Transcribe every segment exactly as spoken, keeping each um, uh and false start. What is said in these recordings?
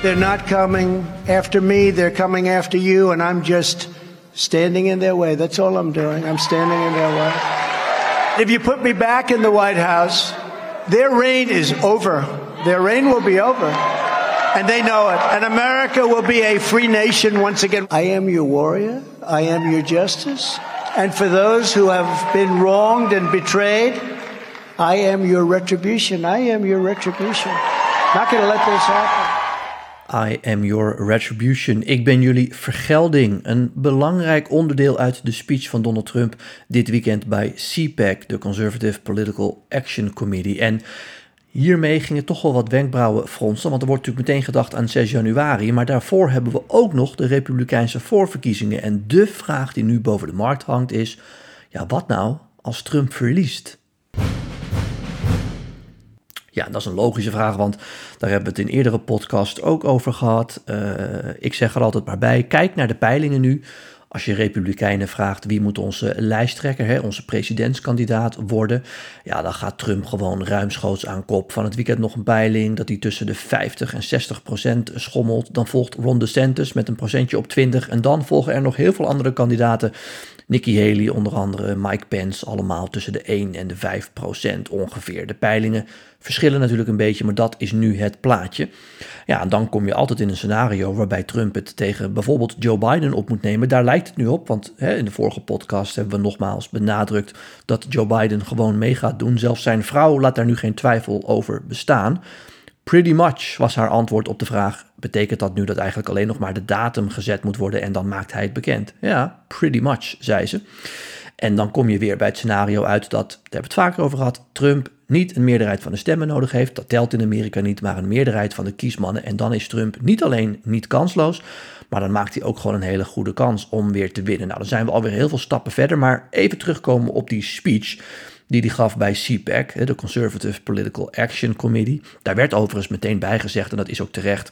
They're not coming after me, they're coming after you, and I'm just standing in their way. That's all I'm doing. I'm standing in their way. If you put me back in the White House, their reign is over. Their reign will be over. And they know it. And America will be a free nation once again. I am your warrior. I am your justice. And for those who have been wronged and betrayed, I am your retribution. I am your retribution. Not going to let this happen. I am your retribution. Ik ben jullie vergelding. Een belangrijk onderdeel uit de speech van Donald Trump dit weekend bij C PAC, de Conservative Political Action Committee. En hiermee gingen toch wel wat wenkbrauwen fronsen, want er wordt natuurlijk meteen gedacht aan zes januari. Maar daarvoor hebben we ook nog de Republikeinse voorverkiezingen. En de vraag die nu boven de markt hangt is, ja, wat nou als Trump verliest? Ja, dat is een logische vraag, want daar hebben we het in eerdere podcast ook over gehad. Uh, ik zeg er altijd maar bij, kijk naar de peilingen nu. Als je Republikeinen vraagt wie moet onze lijsttrekker, hè, onze presidentskandidaat worden, ja, dan gaat Trump gewoon ruimschoots aan kop. Van het weekend nog een peiling dat hij tussen de vijftig en zestig procent schommelt. Dan volgt Ron DeSantis met een procentje op twintig. En dan volgen er nog heel veel andere kandidaten. Nikki Haley onder andere, Mike Pence, allemaal tussen de één en de vijf procent ongeveer. De peilingen verschillen natuurlijk een beetje, maar dat is nu het plaatje. Ja, en dan kom je altijd in een scenario waarbij Trump het tegen bijvoorbeeld Joe Biden op moet nemen. Daar lijkt het nu op, want hè, in de vorige podcast hebben we nogmaals benadrukt dat Joe Biden gewoon mee gaat doen. Zelfs zijn vrouw laat daar nu geen twijfel over bestaan. Pretty much was haar antwoord op de vraag, betekent dat nu dat eigenlijk alleen nog maar de datum gezet moet worden en dan maakt hij het bekend? Ja, pretty much, zei ze. En dan kom je weer bij het scenario uit dat, daar hebben we het vaker over gehad, Trump niet een meerderheid van de stemmen nodig heeft. Dat telt in Amerika niet, maar een meerderheid van de kiesmannen. En dan is Trump niet alleen niet kansloos, maar dan maakt hij ook gewoon een hele goede kans om weer te winnen. Nou, dan zijn we alweer heel veel stappen verder, maar even terugkomen op die speech die hij gaf bij C PAC, de Conservative Political Action Committee. Daar werd overigens meteen bij gezegd, en dat is ook terecht,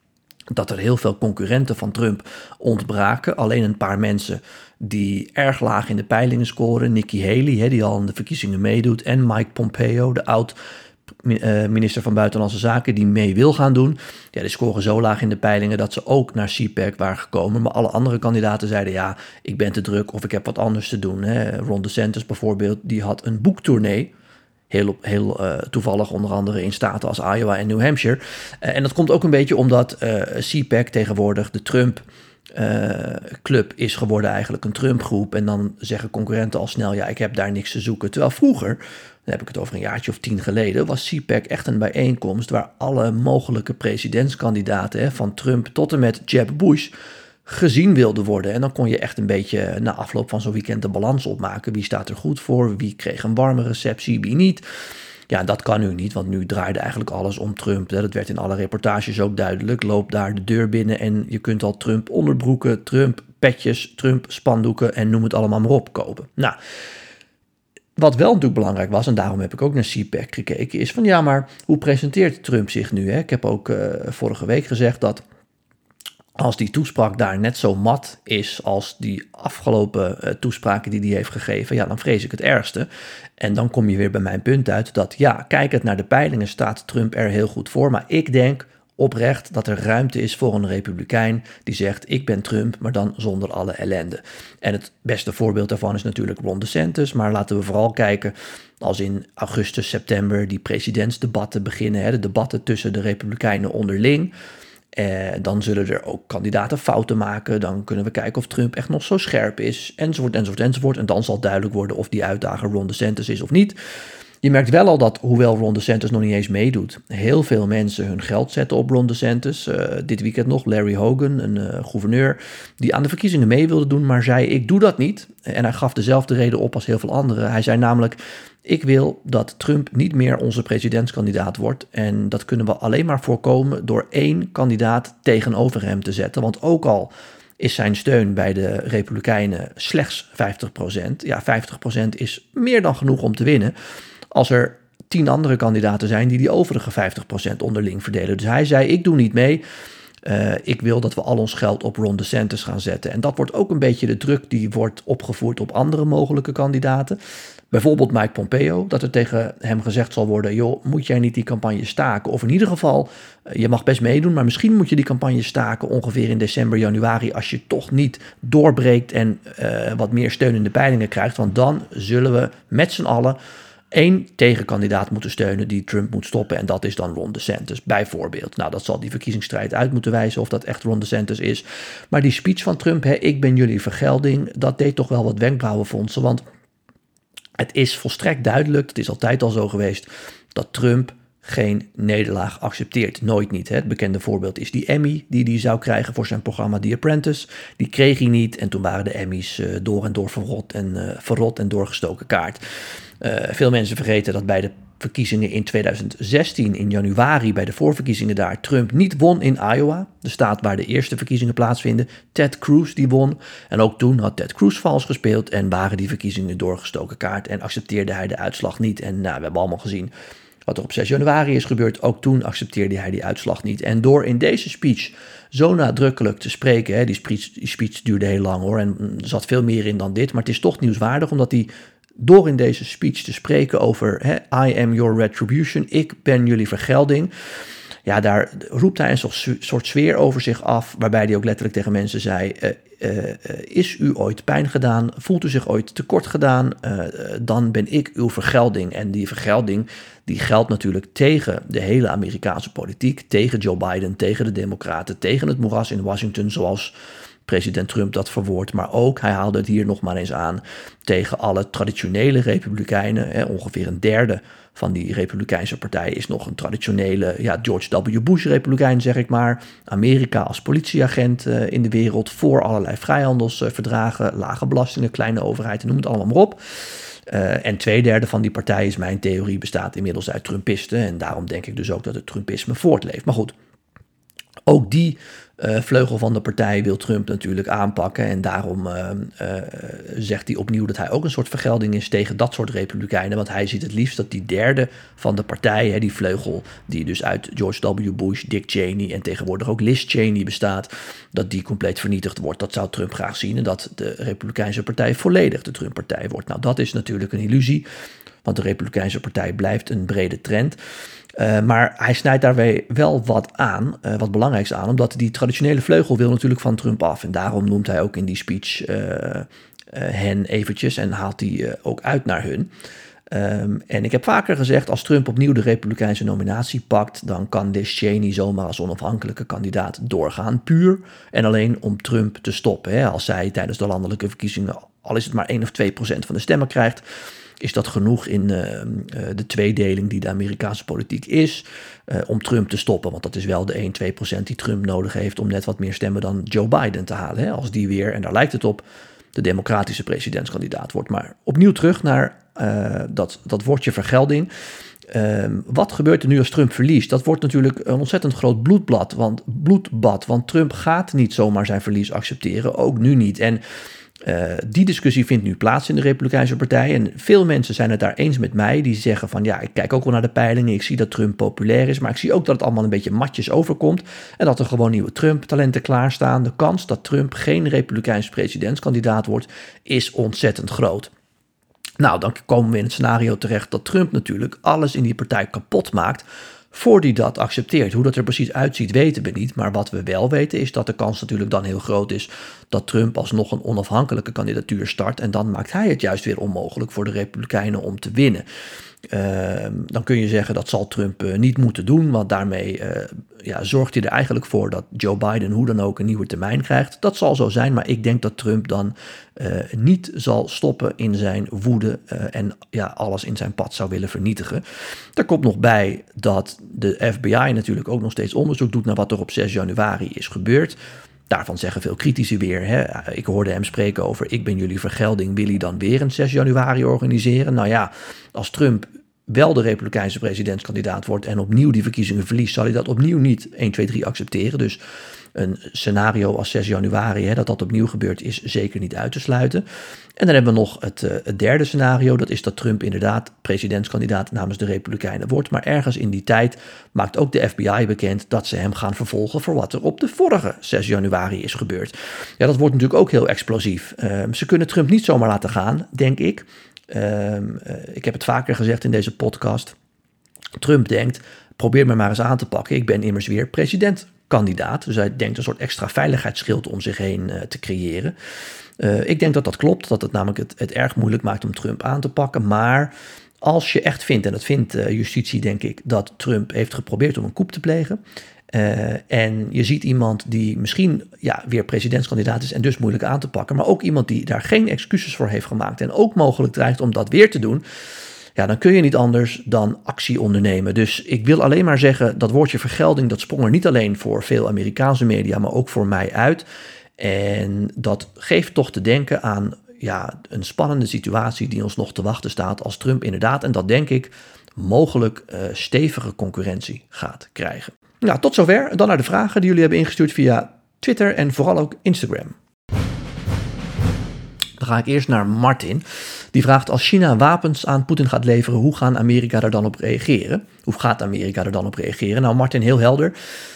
dat er heel veel concurrenten van Trump ontbraken. Alleen een paar mensen die erg laag in de peilingen scoren. Nikki Haley, die al in de verkiezingen meedoet. En Mike Pompeo, de oud-minister van Buitenlandse Zaken, die mee wil gaan doen. Ja, die scoren zo laag in de peilingen dat ze ook naar C PAC waren gekomen. Maar alle andere kandidaten zeiden, ja, ik ben te druk of ik heb wat anders te doen. Hè. Ron DeSantis bijvoorbeeld, die had een boektournee. Heel, heel uh, toevallig onder andere in staten als Iowa en New Hampshire. Uh, en dat komt ook een beetje omdat uh, C PAC tegenwoordig de Trump uh, club is geworden, eigenlijk een Trump groep. En dan zeggen concurrenten al snel, ja, ik heb daar niks te zoeken. Terwijl vroeger, dan heb ik het over een jaartje of tien geleden, was C PAC echt een bijeenkomst waar alle mogelijke presidentskandidaten, hè, van Trump tot en met Jeb Bush, gezien wilde worden. En dan kon je echt een beetje na afloop van zo'n weekend de balans opmaken. Wie staat er goed voor? Wie kreeg een warme receptie? Wie niet? Ja, dat kan nu niet, want nu draaide eigenlijk alles om Trump. Dat werd in alle reportages ook duidelijk. Loop daar de deur binnen en je kunt al Trump onderbroeken, Trump petjes, Trump spandoeken en noem het allemaal maar op kopen. Nou, wat wel natuurlijk belangrijk was, en daarom heb ik ook naar C PAC gekeken, is van ja, maar hoe presenteert Trump zich nu? Hè? Ik heb ook uh, vorige week gezegd dat als die toespraak daar net zo mat is als die afgelopen uh, toespraken die hij heeft gegeven, ja, dan vrees ik het ergste. En dan kom je weer bij mijn punt uit dat, ja, kijkend naar de peilingen staat Trump er heel goed voor. Maar ik denk oprecht dat er ruimte is voor een republikein die zegt, ik ben Trump, maar dan zonder alle ellende. En het beste voorbeeld daarvan is natuurlijk Ron DeSantis, maar laten we vooral kijken als in augustus, september die presidentsdebatten beginnen, hè, de debatten tussen de republikeinen onderling. Eh, dan zullen er ook kandidaten fouten maken. Dan kunnen we kijken of Trump echt nog zo scherp is. Enzovoort, enzovoort, enzovoort. En dan zal duidelijk worden of die uitdager Ron DeSantis is of niet. Je merkt wel al dat, hoewel Ron DeSantis nog niet eens meedoet, heel veel mensen hun geld zetten op Ron DeSantis. Uh, dit weekend nog Larry Hogan, een uh, gouverneur, die aan de verkiezingen mee wilde doen, maar zei, ik doe dat niet. En hij gaf dezelfde reden op als heel veel anderen. Hij zei namelijk, ik wil dat Trump niet meer onze presidentskandidaat wordt. En dat kunnen we alleen maar voorkomen door één kandidaat tegenover hem te zetten. Want ook al is zijn steun bij de Republikeinen slechts vijftig procent. Ja, vijftig procent is meer dan genoeg om te winnen. Als er tien andere kandidaten zijn die die overige vijftig procent onderling verdelen. Dus hij zei, ik doe niet mee. Uh, ik wil dat we al ons geld op Ron DeSantis gaan zetten. En dat wordt ook een beetje de druk die wordt opgevoerd op andere mogelijke kandidaten. Bijvoorbeeld Mike Pompeo, dat er tegen hem gezegd zal worden, joh, moet jij niet die campagne staken? Of in ieder geval, je mag best meedoen, maar misschien moet je die campagne staken ongeveer in december, januari, als je toch niet doorbreekt en uh, wat meer steun in de peilingen krijgt. Want dan zullen we met z'n allen één tegenkandidaat moeten steunen die Trump moet stoppen. En dat is dan Ron DeSantis, bijvoorbeeld. Nou, dat zal die verkiezingsstrijd uit moeten wijzen of dat echt Ron DeSantis is. Maar die speech van Trump, hè, ik ben jullie vergelding, dat deed toch wel wat wenkbrauwen fronsen. Want het is volstrekt duidelijk, het is altijd al zo geweest, dat Trump geen nederlaag accepteert. Nooit niet. Hè. Het bekende voorbeeld is die Emmy die hij zou krijgen voor zijn programma The Apprentice. Die kreeg hij niet en toen waren de Emmys uh, door en door verrot en, uh, verrot en doorgestoken kaart. Uh, veel mensen vergeten dat bij de verkiezingen in tweeduizend zestien, in januari, bij de voorverkiezingen daar, Trump niet won in Iowa, de staat waar de eerste verkiezingen plaatsvinden. Ted Cruz die won. En ook toen had Ted Cruz vals gespeeld en waren die verkiezingen doorgestoken kaart en accepteerde hij de uitslag niet. En nou, we hebben allemaal gezien wat er op zes januari is gebeurd. Ook toen accepteerde hij die uitslag niet. En door in deze speech zo nadrukkelijk te spreken, hè, die, speech, die speech duurde heel lang hoor, en er zat veel meer in dan dit, maar het is toch nieuwswaardig, omdat hij door in deze speech te spreken over hè, I am your retribution, ik ben jullie vergelding. Ja, daar roept hij een soort sfeer over zich af, waarbij hij ook letterlijk tegen mensen zei, uh, uh, uh, is u ooit pijn gedaan? Voelt u zich ooit tekort gedaan? Uh, dan ben ik uw vergelding. En die vergelding, die geldt natuurlijk tegen de hele Amerikaanse politiek, tegen Joe Biden, tegen de Democraten, tegen het moeras in Washington, zoals president Trump dat verwoordt, maar ook, hij haalde het hier nog maar eens aan, tegen alle traditionele republikeinen. Hè, ongeveer een derde van die republikeinse partij is nog een traditionele ja, George W. Bush republikein, zeg ik maar. Amerika als politieagent uh, in de wereld voor allerlei vrijhandelsverdragen, uh, lage belastingen, kleine overheid, noem het allemaal maar op. Uh, en twee derde van die partij, is mijn theorie, bestaat inmiddels uit Trumpisten. En daarom denk ik dus ook dat het Trumpisme voortleeft. Maar goed, ook die uh, vleugel van de partij wil Trump natuurlijk aanpakken. En daarom uh, uh, zegt hij opnieuw dat hij ook een soort vergelding is tegen dat soort republikeinen. Want hij ziet het liefst dat die derde van de partij, hè, die vleugel die dus uit George W. Bush, Dick Cheney en tegenwoordig ook Liz Cheney bestaat, dat die compleet vernietigd wordt. Dat zou Trump graag zien en dat de Republikeinse partij volledig de Trump-partij wordt. Nou, dat is natuurlijk een illusie, want de Republikeinse partij blijft een brede trend. Uh, maar hij snijdt daarbij wel wat aan, uh, wat belangrijks aan, omdat die traditionele vleugel wil natuurlijk van Trump af. En daarom noemt hij ook in die speech uh, uh, hen eventjes en haalt die uh, ook uit naar hun. Um, en ik heb vaker gezegd, als Trump opnieuw de Republikeinse nominatie pakt, dan kan Liz Cheney zomaar als onafhankelijke kandidaat doorgaan, puur en alleen om Trump te stoppen. Hè. Als zij tijdens de landelijke verkiezingen, al is het maar één of twee procent van de stemmen krijgt, is dat genoeg in uh, uh, de tweedeling die de Amerikaanse politiek is, uh, om Trump te stoppen. Want dat is wel de één, twee procent die Trump nodig heeft om net wat meer stemmen dan Joe Biden te halen. Hè? Als die weer, en daar lijkt het op, de democratische presidentskandidaat wordt. Maar opnieuw terug naar uh, dat, dat woordje vergelding. Uh, wat gebeurt er nu als Trump verliest? Dat wordt natuurlijk een ontzettend groot bloedbad, want, bloedbad, want Trump gaat niet zomaar zijn verlies accepteren, ook nu niet. En Uh, die discussie vindt nu plaats in de Republikeinse partij en veel mensen zijn het daar eens met mij, die zeggen van ja, ik kijk ook wel naar de peilingen, ik zie dat Trump populair is, maar ik zie ook dat het allemaal een beetje matjes overkomt en dat er gewoon nieuwe Trump-talenten klaarstaan. De kans dat Trump geen Republikeinse presidentskandidaat wordt is ontzettend groot. Nou, dan komen we in het scenario terecht dat Trump natuurlijk alles in die partij kapot maakt voor die dat accepteert. Hoe dat er precies uitziet weten we niet, maar wat we wel weten is dat de kans natuurlijk dan heel groot is dat Trump alsnog een onafhankelijke kandidatuur start en dan maakt hij het juist weer onmogelijk voor de Republikeinen om te winnen. Uh, dan kun je zeggen dat zal Trump uh, niet moeten doen, want daarmee uh, ja, zorgt hij er eigenlijk voor dat Joe Biden hoe dan ook een nieuwe termijn krijgt. Dat zal zo zijn, maar ik denk dat Trump dan uh, niet zal stoppen in zijn woede uh, en ja, alles in zijn pad zou willen vernietigen. Daar komt nog bij dat de F B I natuurlijk ook nog steeds onderzoek doet naar wat er op zes januari is gebeurd. Daarvan zeggen veel critici weer, hè, ik hoorde hem spreken over ik ben jullie vergelding, wil hij dan weer een zes januari organiseren? Nou ja, als Trump wel de Republikeinse presidentskandidaat wordt en opnieuw die verkiezingen verliest, zal hij dat opnieuw niet één, twee, drie accepteren. Dus een scenario als zes januari, hè, dat dat opnieuw gebeurt, is zeker niet uit te sluiten. En dan hebben we nog het, uh, het derde scenario, dat is dat Trump inderdaad presidentskandidaat namens de Republikeinen wordt. Maar ergens in die tijd maakt ook de F B I bekend dat ze hem gaan vervolgen voor wat er op de vorige zes januari is gebeurd. Ja, dat wordt natuurlijk ook heel explosief. Uh, ze kunnen Trump niet zomaar laten gaan, denk ik. Um, uh, ik heb het vaker gezegd in deze podcast. Trump denkt, probeer me maar eens aan te pakken. Ik ben immers weer presidentkandidaat. Dus hij denkt een soort extra veiligheidsschild om zich heen uh, te creëren. Uh, ik denk dat dat klopt, dat het namelijk het, het erg moeilijk maakt om Trump aan te pakken. Maar als je echt vindt, en dat vindt uh, justitie denk ik, dat Trump heeft geprobeerd om een coup te plegen. Uh, en je ziet iemand die misschien ja, weer presidentskandidaat is en dus moeilijk aan te pakken. Maar ook iemand die daar geen excuses voor heeft gemaakt en ook mogelijk dreigt om dat weer te doen. Ja, dan kun je niet anders dan actie ondernemen. Dus ik wil alleen maar zeggen, dat woordje vergelding, dat sprong er niet alleen voor veel Amerikaanse media, maar ook voor mij uit. En dat geeft toch te denken aan ja, een spannende situatie die ons nog te wachten staat als Trump inderdaad, en dat denk ik, mogelijk uh, stevige concurrentie gaat krijgen. Nou, tot zover. Dan naar de vragen die jullie hebben ingestuurd via Twitter en vooral ook Instagram. Dan ga ik eerst naar Martin. Die vraagt, als China wapens aan Poetin gaat leveren, hoe gaan Amerika er dan op reageren? Hoe gaat Amerika er dan op reageren? Nou, Martin, heel helder.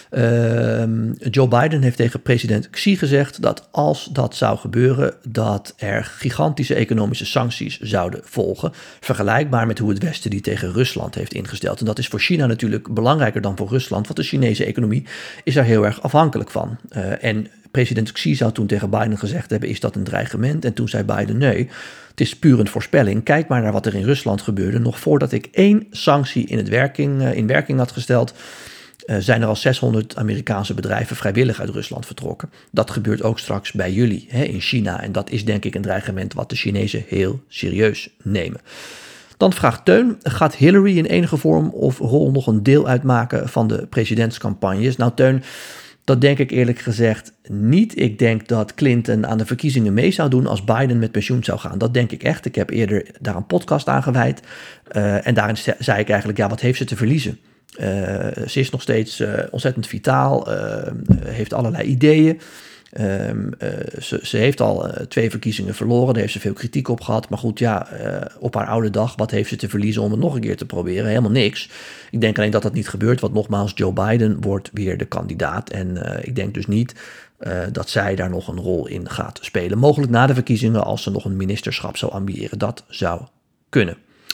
Uh, Joe Biden heeft tegen president Xi gezegd dat als dat zou gebeuren, dat er gigantische economische sancties zouden volgen. Vergelijkbaar met hoe het Westen die tegen Rusland heeft ingesteld. En dat is voor China natuurlijk belangrijker dan voor Rusland, want de Chinese economie is daar heel erg afhankelijk van. Uh, en president Xi zou toen tegen Biden gezegd hebben, is dat een dreigement? En toen zei Biden, nee, het is puur een voorspelling. Kijk maar naar wat er in Rusland gebeurde. Nog voordat ik één sanctie in, het werking, in werking had gesteld, uh, zijn er al zeshonderd Amerikaanse bedrijven vrijwillig uit Rusland vertrokken. Dat gebeurt ook straks bij jullie hè, in China. En dat is denk ik een dreigement wat de Chinezen heel serieus nemen. Dan vraagt Teun, gaat Hillary in enige vorm of rol nog een deel uitmaken van de presidentscampagnes? Nou Teun, dat denk ik eerlijk gezegd niet. Ik denk dat Clinton aan de verkiezingen mee zou doen als Biden met pensioen zou gaan. Dat denk ik echt. Ik heb eerder daar een podcast aan gewijd. Uh, en daarin zei ik eigenlijk, ja, wat heeft ze te verliezen? Uh, ze is nog steeds uh, ontzettend vitaal, uh, heeft allerlei ideeën. Um, uh, ze, ze heeft al uh, twee verkiezingen verloren, daar heeft ze veel kritiek op gehad. Maar goed, ja, uh, op haar oude dag, wat heeft ze te verliezen om het nog een keer te proberen? Helemaal niks. Ik denk alleen dat dat niet gebeurt, want nogmaals, Joe Biden wordt weer de kandidaat. En uh, ik denk dus niet uh, dat zij daar nog een rol in gaat spelen. Mogelijk na de verkiezingen, als ze nog een ministerschap zou ambiëren, dat zou kunnen.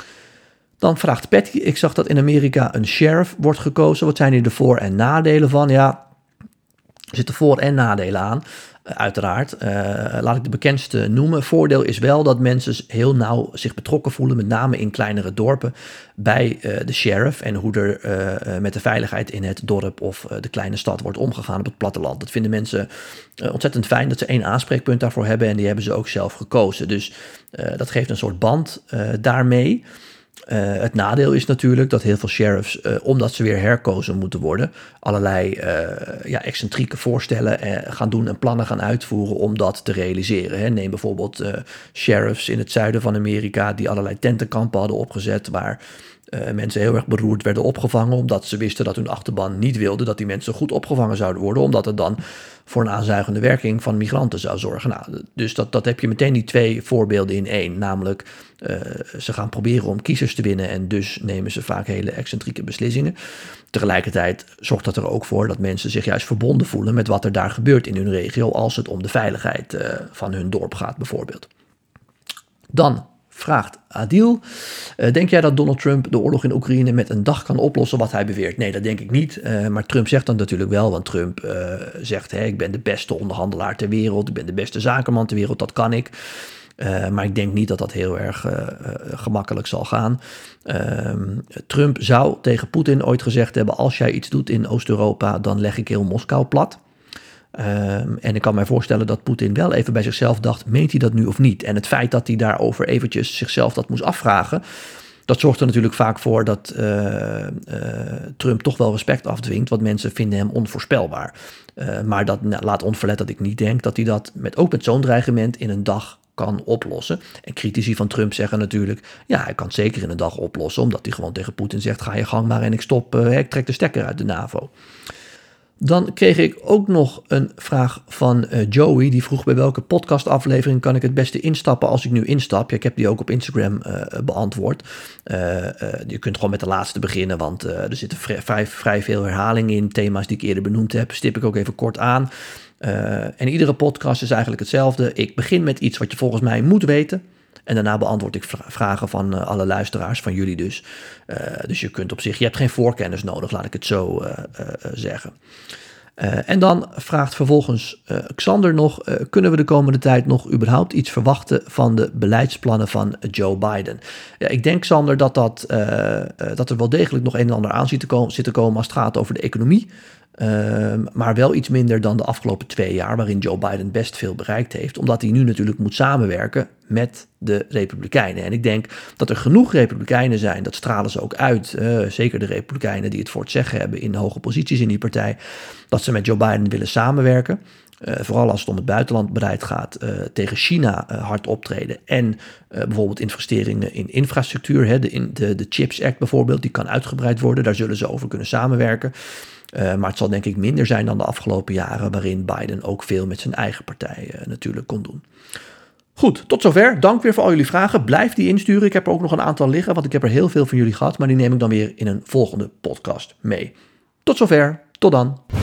Dan vraagt Patty, ik zag dat in Amerika een sheriff wordt gekozen. Wat zijn hier de voor- en nadelen van? Ja, er zitten voor- en nadelen aan, uh, uiteraard. Uh, laat ik de bekendste noemen. Voordeel is wel dat mensen heel nauw zich betrokken voelen, met name in kleinere dorpen, bij uh, de sheriff en hoe er uh, uh, met de veiligheid in het dorp of uh, de kleine stad wordt omgegaan op het platteland. Dat vinden mensen uh, ontzettend fijn dat ze één aanspreekpunt daarvoor hebben en die hebben ze ook zelf gekozen. Dus uh, dat geeft een soort band uh, daarmee. Uh, het nadeel is natuurlijk dat heel veel sheriffs, uh, omdat ze weer herkozen moeten worden, allerlei uh, ja, excentrieke voorstellen uh, gaan doen en plannen gaan uitvoeren om dat te realiseren. Hè. Neem bijvoorbeeld uh, sheriffs in het zuiden van Amerika die allerlei tentenkampen hadden opgezet waar uh, mensen heel erg beroerd werden opgevangen, omdat ze wisten dat hun achterban niet wilde dat die mensen goed opgevangen zouden worden, omdat het dan voor een aanzuigende werking van migranten zou zorgen. Nou, dus dat, dat heb je meteen die twee voorbeelden in één. Namelijk, uh, ze gaan proberen om kiezers te winnen en dus nemen ze vaak hele excentrieke beslissingen. Tegelijkertijd zorgt dat er ook voor dat mensen zich juist verbonden voelen met wat er daar gebeurt in hun regio, als het om de veiligheid uh, van hun dorp gaat bijvoorbeeld. Dan vraagt Adil, uh, denk jij dat Donald Trump de oorlog in Oekraïne met een dag kan oplossen wat hij beweert? Nee, dat denk ik niet. Uh, maar Trump zegt dat natuurlijk wel, want Trump uh, zegt, hey, ik ben de beste onderhandelaar ter wereld, ik ben de beste zakenman ter wereld, dat kan ik. Uh, maar ik denk niet dat dat heel erg uh, uh, gemakkelijk zal gaan. Uh, Trump zou tegen Poetin ooit gezegd hebben, als jij iets doet in Oost-Europa, dan leg ik heel Moskou plat. Um, en ik kan mij voorstellen dat Poetin wel even bij zichzelf dacht, meent hij dat nu of niet? En het feit dat hij daarover eventjes zichzelf dat moest afvragen, dat zorgt er natuurlijk vaak voor dat uh, uh, Trump toch wel respect afdwingt, want mensen vinden hem onvoorspelbaar. Uh, maar dat nou, laat onverlet dat ik niet denk dat hij dat met, ook met zo'n dreigement in een dag kan oplossen. En critici van Trump zeggen natuurlijk, ja, hij kan het zeker in een dag oplossen, omdat hij gewoon tegen Poetin zegt, ga je gang maar en ik stop, uh, ik trek de stekker uit de NAVO. Dan kreeg ik ook nog een vraag van uh, Joey, die vroeg bij welke podcastaflevering kan ik het beste instappen als ik nu instap. Ja, ik heb die ook op Instagram uh, beantwoord. Uh, uh, je kunt gewoon met de laatste beginnen, want uh, er zitten vrij, vrij, vrij veel herhalingen in. Thema's die ik eerder benoemd heb, stip ik ook even kort aan. Uh, en iedere podcast is eigenlijk hetzelfde. Ik begin met iets wat je volgens mij moet weten. En daarna beantwoord ik vra- vragen van uh, alle luisteraars, van jullie dus. Uh, dus je kunt op zich, je hebt geen voorkennis nodig, laat ik het zo uh, uh, zeggen. Uh, en dan vraagt vervolgens uh, Xander nog, uh, kunnen we de komende tijd nog überhaupt iets verwachten van de beleidsplannen van Joe Biden? Ja, ik denk, Xander, dat, dat, uh, uh, dat er wel degelijk nog een en ander aan zit te, komen, zit te komen als het gaat over de economie. Uh, maar wel iets minder dan de afgelopen twee jaar, waarin Joe Biden best veel bereikt heeft. Omdat hij nu natuurlijk moet samenwerken met de Republikeinen. En ik denk dat er genoeg Republikeinen zijn, dat stralen ze ook uit. Uh, zeker de Republikeinen die het voor het zeggen hebben in hoge posities in die partij, dat ze met Joe Biden willen samenwerken. Uh, vooral als het om het buitenlandbeleid gaat, uh, tegen China uh, hard optreden. En uh, bijvoorbeeld investeringen in infrastructuur. Hè, de, in, de, de CHIPS Act bijvoorbeeld, die kan uitgebreid worden. Daar zullen ze over kunnen samenwerken. Uh, maar het zal denk ik minder zijn dan de afgelopen jaren, waarin Biden ook veel met zijn eigen partij uh, natuurlijk kon doen. Goed, tot zover. Dank weer voor al jullie vragen. Blijf die insturen. Ik heb er ook nog een aantal liggen, want ik heb er heel veel van jullie gehad. Maar die neem ik dan weer in een volgende podcast mee. Tot zover. Tot dan.